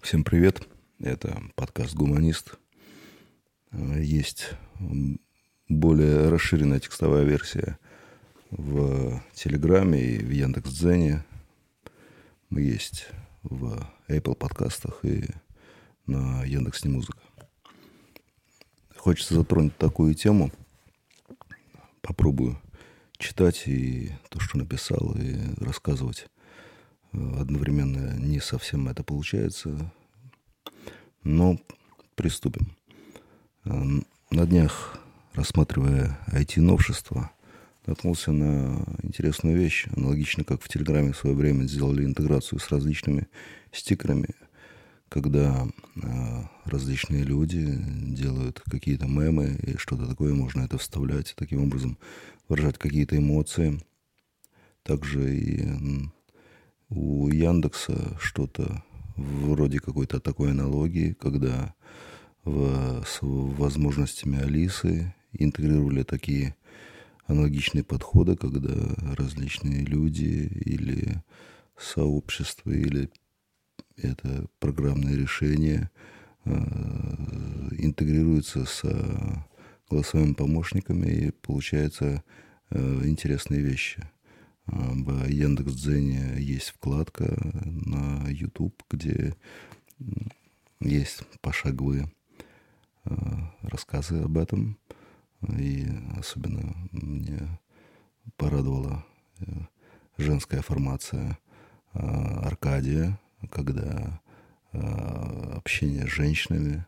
Всем привет, это подкаст «Гуманист». Есть более расширенная текстовая версия в Телеграме и в Яндекс.Дзене. Мы есть в Apple подкастах и на Яндекс.Музыка. Хочется затронуть такую тему. Попробую читать и то, что написал, и рассказывать. Одновременно не совсем это получается, но приступим. На днях, рассматривая IT-новшества, наткнулся на интересную вещь. Аналогично, как в Телеграме в свое время сделали интеграцию с различными стикерами, когда различные люди делают какие-то мемы и что-то такое, можно это вставлять, таким образом выражать какие-то эмоции. Также и у Яндекса что-то вроде какой-то такой аналогии, когда с возможностями Алисы интегрировали такие аналогичные подходы, когда различные люди или сообщества, или это программное решение интегрируются с голосовыми помощниками, и получаются интересные вещи. В Яндекс.Дзене есть вкладка на YouTube, где есть пошаговые рассказы об этом. И особенно мне порадовала женская формация Аркадия, когда общение с женщинами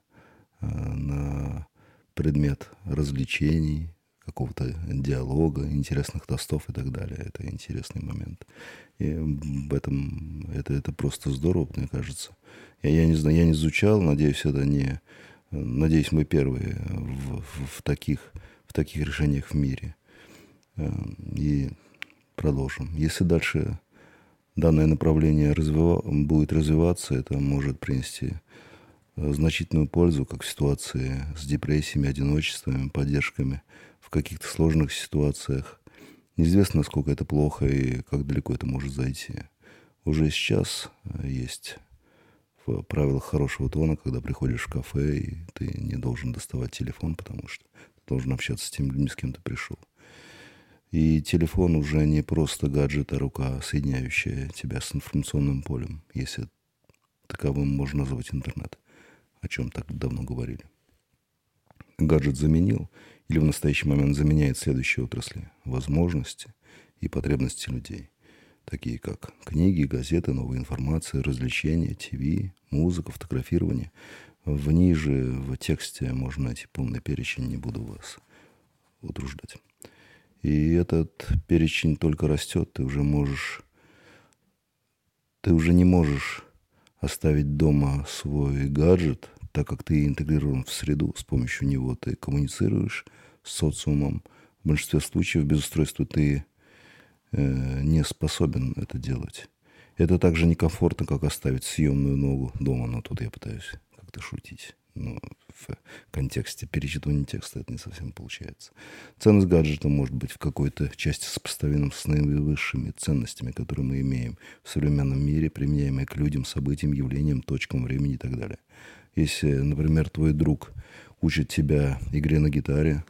на предмет развлечений, какого-то диалога, интересных тостов и так далее. Это интересный момент. И в этом это просто здорово, мне кажется. Я не знаю, я не изучал, надеюсь, это не... Надеюсь, мы первые в таких решениях в мире. И продолжим. Если дальше данное направление будет развиваться, это может принести значительную пользу, как в ситуации с депрессиями, одиночествами, поддержками в каких-то сложных ситуациях. Неизвестно, насколько это плохо и как далеко это может зайти. Уже сейчас есть в правилах хорошего тона, когда приходишь в кафе, и ты не должен доставать телефон, потому что ты должен общаться с теми людьми, с кем ты пришел. И телефон уже не просто гаджет, а рука, соединяющая тебя с информационным полем, если таковым можно назвать интернет, о чем так давно говорили. Гаджет заменил или в настоящий момент заменяет следующие отрасли: возможности и потребности людей, такие как книги, газеты, новая информация, развлечения, ТВ, музыка, фотографирование. Ниже в тексте можно найти полный перечень, не буду вас утруждать. И этот перечень только растет, ты уже не можешь оставить дома свой гаджет, так как ты интегрирован в среду, с помощью него ты коммуницируешь с социумом. В большинстве случаев без устройства ты не способен это делать. Это также некомфортно, как оставить съемную ногу дома, но тут я пытаюсь как-то шутить. Но в контексте перечитывания текста это не совсем получается. Ценность гаджета может быть в какой-то части сопоставима с наивысшими ценностями, которые мы имеем в современном мире, применяемые к людям, событиям, явлениям, точкам времени и так далее. Если, например, твой друг учит тебя игре на гитаре,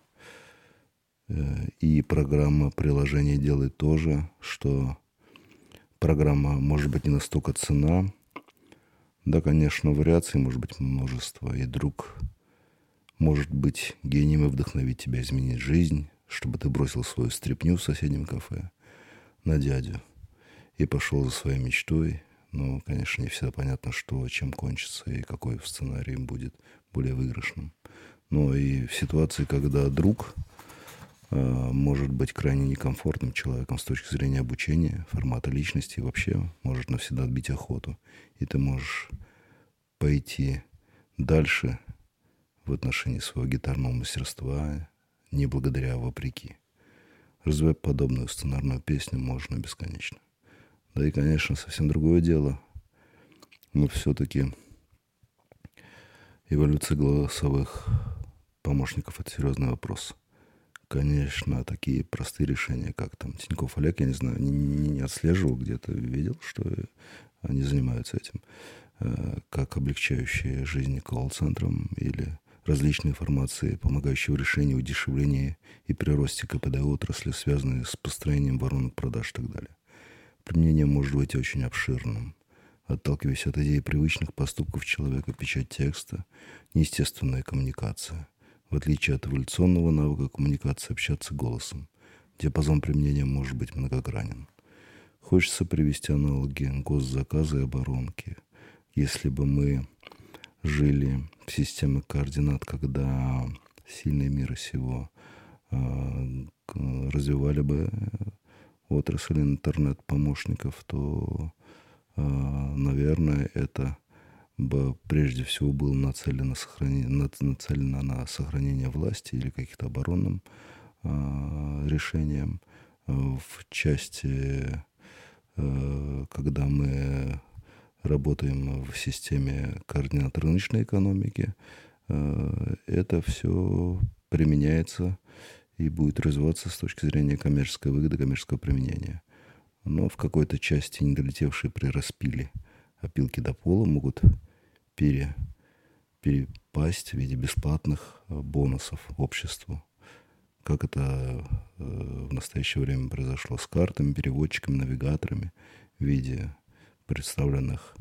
и программа, приложение делает то же, что программа может быть не настолько ценна. Да, конечно, вариаций может быть множество, и друг может быть гением и вдохновить тебя изменить жизнь, чтобы ты бросил свою стряпню в соседнем кафе на дядю и пошел за своей мечтой. Но, конечно, не всегда понятно, что, чем кончится и какой в сценарии будет более выигрышным. Но и в ситуации, когда друг может быть крайне некомфортным человеком с точки зрения обучения, формата личности, и вообще может навсегда отбить охоту. И ты можешь пойти дальше в отношении своего гитарного мастерства не благодаря, а вопреки. Развивать подобную сценарную песню можно бесконечно. Да и, конечно, совсем другое дело. Но все-таки эволюция голосовых помощников — это серьезный вопрос. Конечно, такие простые решения, как там Тинькофф Олег, я не знаю, не отслеживал, где-то видел, что они занимаются этим. как облегчающие жизнь колл-центрам или различные формации, помогающие в решении удешевления и приросте КПД отрасли, связанные с построением воронок продаж и так далее. Применение может быть очень обширным. Отталкиваясь от идеи привычных поступков человека, печать текста – неестественная коммуникация. В отличие от эволюционного навыка коммуникации общаться голосом, диапазон применения может быть многогранен. Хочется привести аналоги госзаказа и оборонки. Если бы мы жили в системе координат, когда сильные мира сего развивали бы отрасль интернет-помощников, то, наверное, это бы прежде всего было нацелено на сохранение власти или каких-то оборонным решением. В части, когда мы работаем в системе координат рыночной экономики, это все применяется и будет развиваться с точки зрения коммерческой выгоды, коммерческого применения. Но в какой-то части недолетевшие при распиле опилки до пола могут перепасть в виде бесплатных бонусов обществу, как это в настоящее время произошло с картами, переводчиками, навигаторами в виде представленных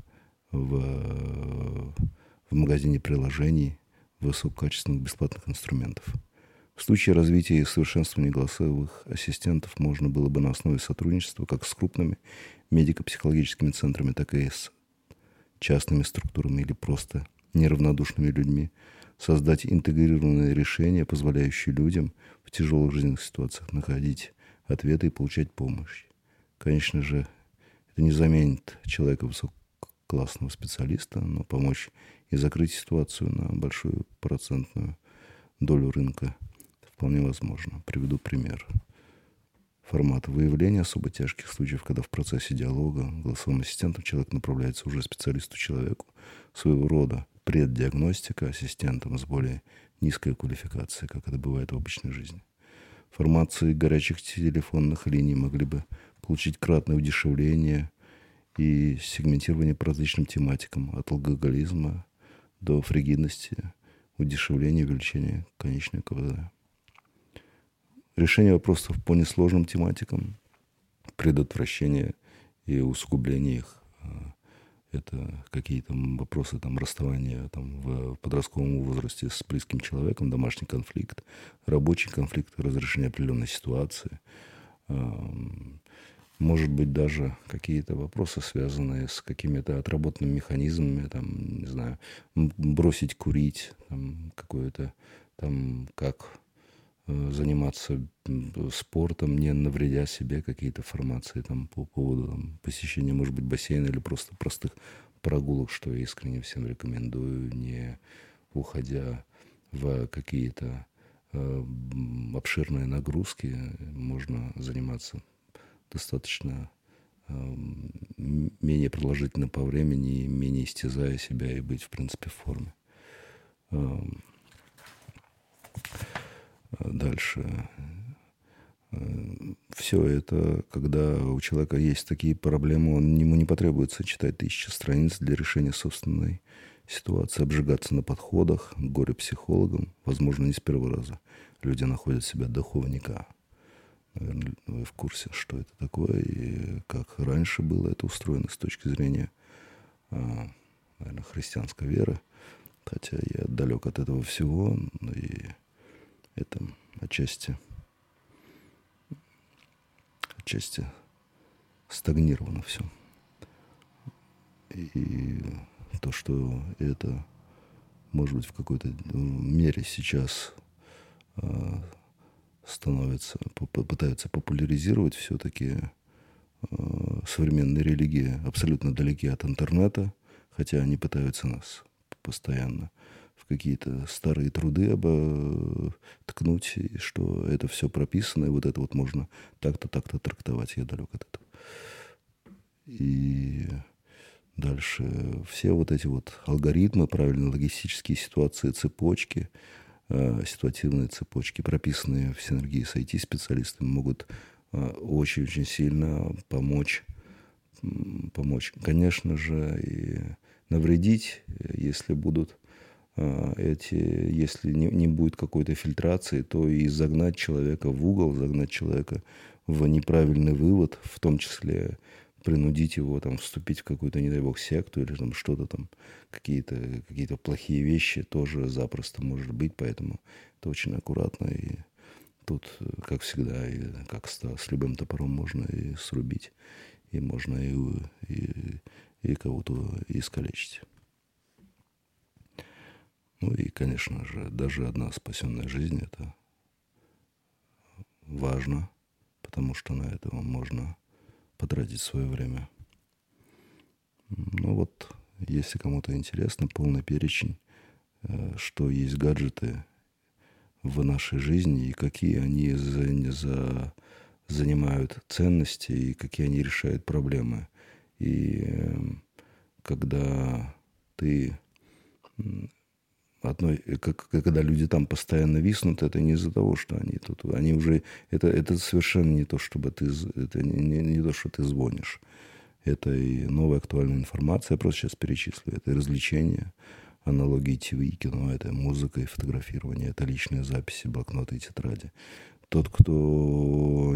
в магазине приложений высококачественных бесплатных инструментов. В случае развития и совершенствования голосовых ассистентов можно было бы на основе сотрудничества как с крупными медико-психологическими центрами, так и с частными структурами или просто неравнодушными людьми создать интегрированные решения, позволяющие людям в тяжелых жизненных ситуациях находить ответы и получать помощь. Конечно же, это не заменит человека высококлассного специалиста, но помочь и закрыть ситуацию на большую процентную долю рынка вполне возможно. Приведу пример. Формат выявления особо тяжких случаев, когда в процессе диалога голосовым ассистентом человек направляется уже специалисту-человеку, своего рода преддиагностика ассистентом с более низкой квалификацией, как это бывает в обычной жизни. Формации горячих телефонных линий могли бы получить кратное удешевление и сегментирование по различным тематикам, от алкоголизма до фригидности, удешевления и увеличения конечной КПД. Решение вопросов по несложным тематикам, предотвращение и усугубление их. Это какие-то вопросы расставания в подростковом возрасте с близким человеком, домашний конфликт, рабочий конфликт, разрешение определенной ситуации. Может быть, даже какие-то вопросы, связанные с какими-то отработанными механизмами, не знаю, бросить курить, какое-то как заниматься спортом, не навредя себе, какие-то формации по поводу посещения, может быть, бассейна или просто простых прогулок, что я искренне всем рекомендую, не уходя в какие-то обширные нагрузки. Можно заниматься достаточно менее продолжительно по времени, менее истязая себя и быть, в принципе, в форме. Дальше. Все это, когда у человека есть такие проблемы, ему не потребуется читать 1000 страниц для решения собственной ситуации, обжигаться на подходах к горе-психологам. Возможно, не с первого раза люди находят себя духовника. Наверное, вы в курсе, что это такое и как раньше было это устроено с точки зрения, наверное, христианской веры. Хотя я далек от этого всего, и это отчасти стагнировано все. И то, что это, может быть, в какой-то мере сейчас пытаются популяризировать, все-таки современные религии абсолютно далеки от интернета, хотя они пытаются нас постоянно в какие-то старые труды ткнуть, что это все прописано, и вот это вот можно так-то трактовать. Я далек от этого. И дальше все вот эти вот алгоритмы, правильные логистические ситуации, цепочки, ситуативные цепочки, прописанные в синергии с IT-специалистами, могут очень-очень сильно помочь, конечно же, и навредить, если будут если не будет какой-то фильтрации, то и загнать человека в угол, загнать человека в неправильный вывод, в том числе принудить его там вступить в какую-то, не дай бог, секту или там что-то там, какие-то плохие вещи тоже запросто может быть, поэтому это очень аккуратно, и тут, как всегда, и как с любым топором можно и срубить, и можно и кого-то искалечить. Ну и, конечно же, даже одна спасенная жизнь – это важно, потому что на это можно потратить свое время. Ну вот, если кому-то интересно, полный перечень, что есть гаджеты в нашей жизни и какие они занимают ценности и какие они решают проблемы. И когда ты когда люди там постоянно виснут, это не из-за того, что они тут, они уже, это совершенно не то, это не то, что ты звонишь. Это и новая актуальная информация, я просто сейчас перечислю. Это и развлечения, аналогии ТВ, кино, это музыка и фотографирование, это личные записи, блокноты и тетради. Тот, кто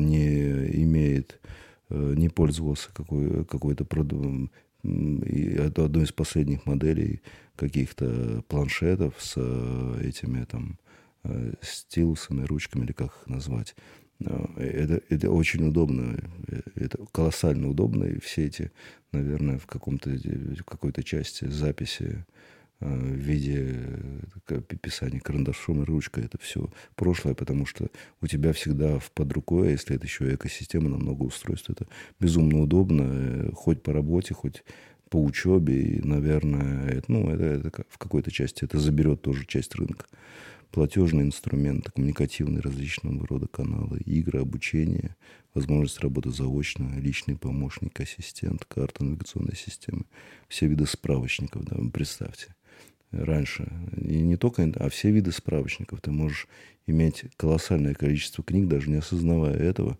не пользовался какой-то продуктом, и это одной из последних моделей каких-то планшетов с этими там стилусами, ручками, или как их назвать. Это очень удобно, это колоссально удобно, и все эти, наверное, в какой-то части записи в виде писания карандашом и ручкой, это все прошлое, потому что у тебя всегда под рукой, а если это еще экосистема на много устройств, это безумно удобно, хоть по работе, хоть по учебе, и, наверное, это в какой-то части это заберет тоже часть рынка. Платежные инструменты, коммуникативные различного рода каналы, игры, обучение, возможность работы заочно, личный помощник, ассистент, карта навигационной системы, все виды справочников, да, вы представьте. Раньше, и не только, а все виды справочников. Ты можешь иметь колоссальное количество книг, даже не осознавая этого,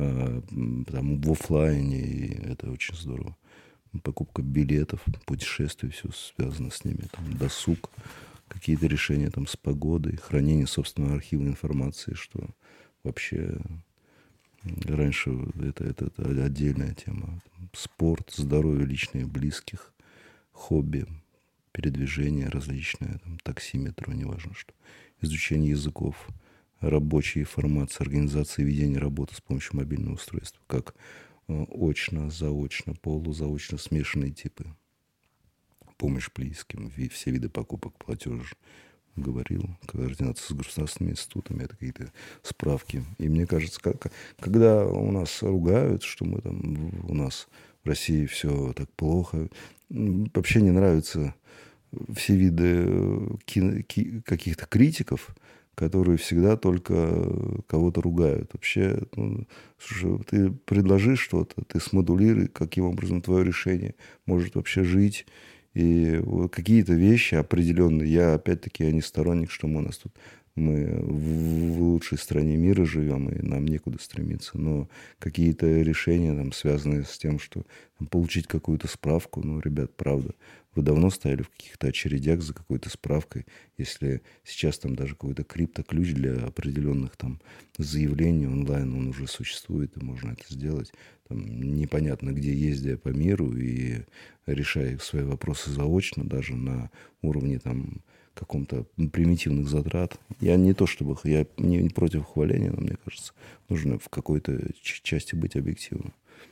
там, в офлайне, и это очень здорово. Покупка билетов, путешествий, все связано с ними, там, досуг, какие-то решения там с погодой, хранение собственного архива информации, что вообще раньше это отдельная тема. Спорт, здоровье личное, близких, хобби, передвижение различное, там, таксиметро, неважно что, изучение языков, рабочие формации, организация и ведение работы с помощью мобильного устройства, как очно, заочно, полузаочно, смешанные типы, помощь близким, все виды покупок, платеж, говорил, координация с государственными институтами, это какие-то справки. И мне кажется, когда у нас ругают, что у нас в России все так плохо, вообще не нравятся все виды каких-то критиков, которые всегда только кого-то ругают. Вообще, слушай, ты предложи что-то, ты смодулируй, каким образом твое решение может вообще жить. И вот какие-то вещи определенные. Я не сторонник, что мы в лучшей стране мира живем, и нам некуда стремиться. Но какие-то решения, там, связанные с тем, что получить какую-то справку, ребят, правда, вы давно стояли в каких-то очередях за какой-то справкой. Если сейчас там даже какой-то криптоключ для определенных там заявлений онлайн, он уже существует, и можно это сделать. Там, непонятно где, ездя по миру и решая свои вопросы заочно, даже на уровне там каком-то примитивных затрат. Я не против хваления, но мне кажется, нужно в какой-то части быть объективным.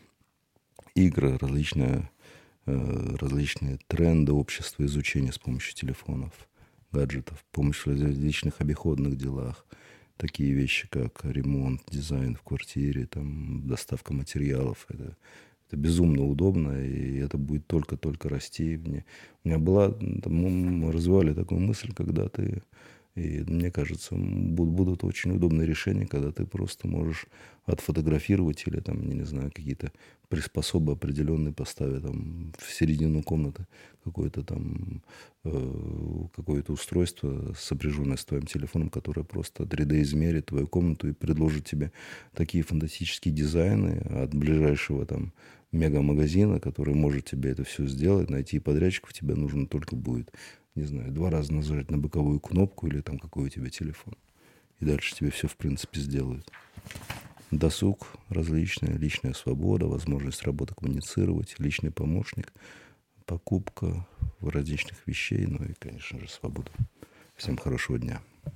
Игры, различные тренды общества, изучения с помощью телефонов, гаджетов, помощь в различных обиходных делах. Такие вещи, как ремонт, дизайн в квартире, там, доставка материалов. Это безумно удобно, и это будет только-только расти. У меня мы развивали такую мысль, и мне кажется, будут очень удобные решения, когда ты просто можешь отфотографировать или там, я не знаю, какие-то приспособы определенные поставить там в середину комнаты какое-то устройство, сопряженное с твоим телефоном, которое просто 3D измерит твою комнату и предложит тебе такие фантастические дизайны от ближайшего там мега-магазина, который может тебе это все сделать. Найти подрядчиков тебе нужно только будет, не знаю, 2 раза нажать на боковую кнопку или там какой у тебя телефон. И дальше тебе все, в принципе, сделают. Досуг различный, личная свобода, возможность работы коммуницировать, личный помощник, покупка различных вещей, ну и, конечно же, свобода. Всем хорошего дня.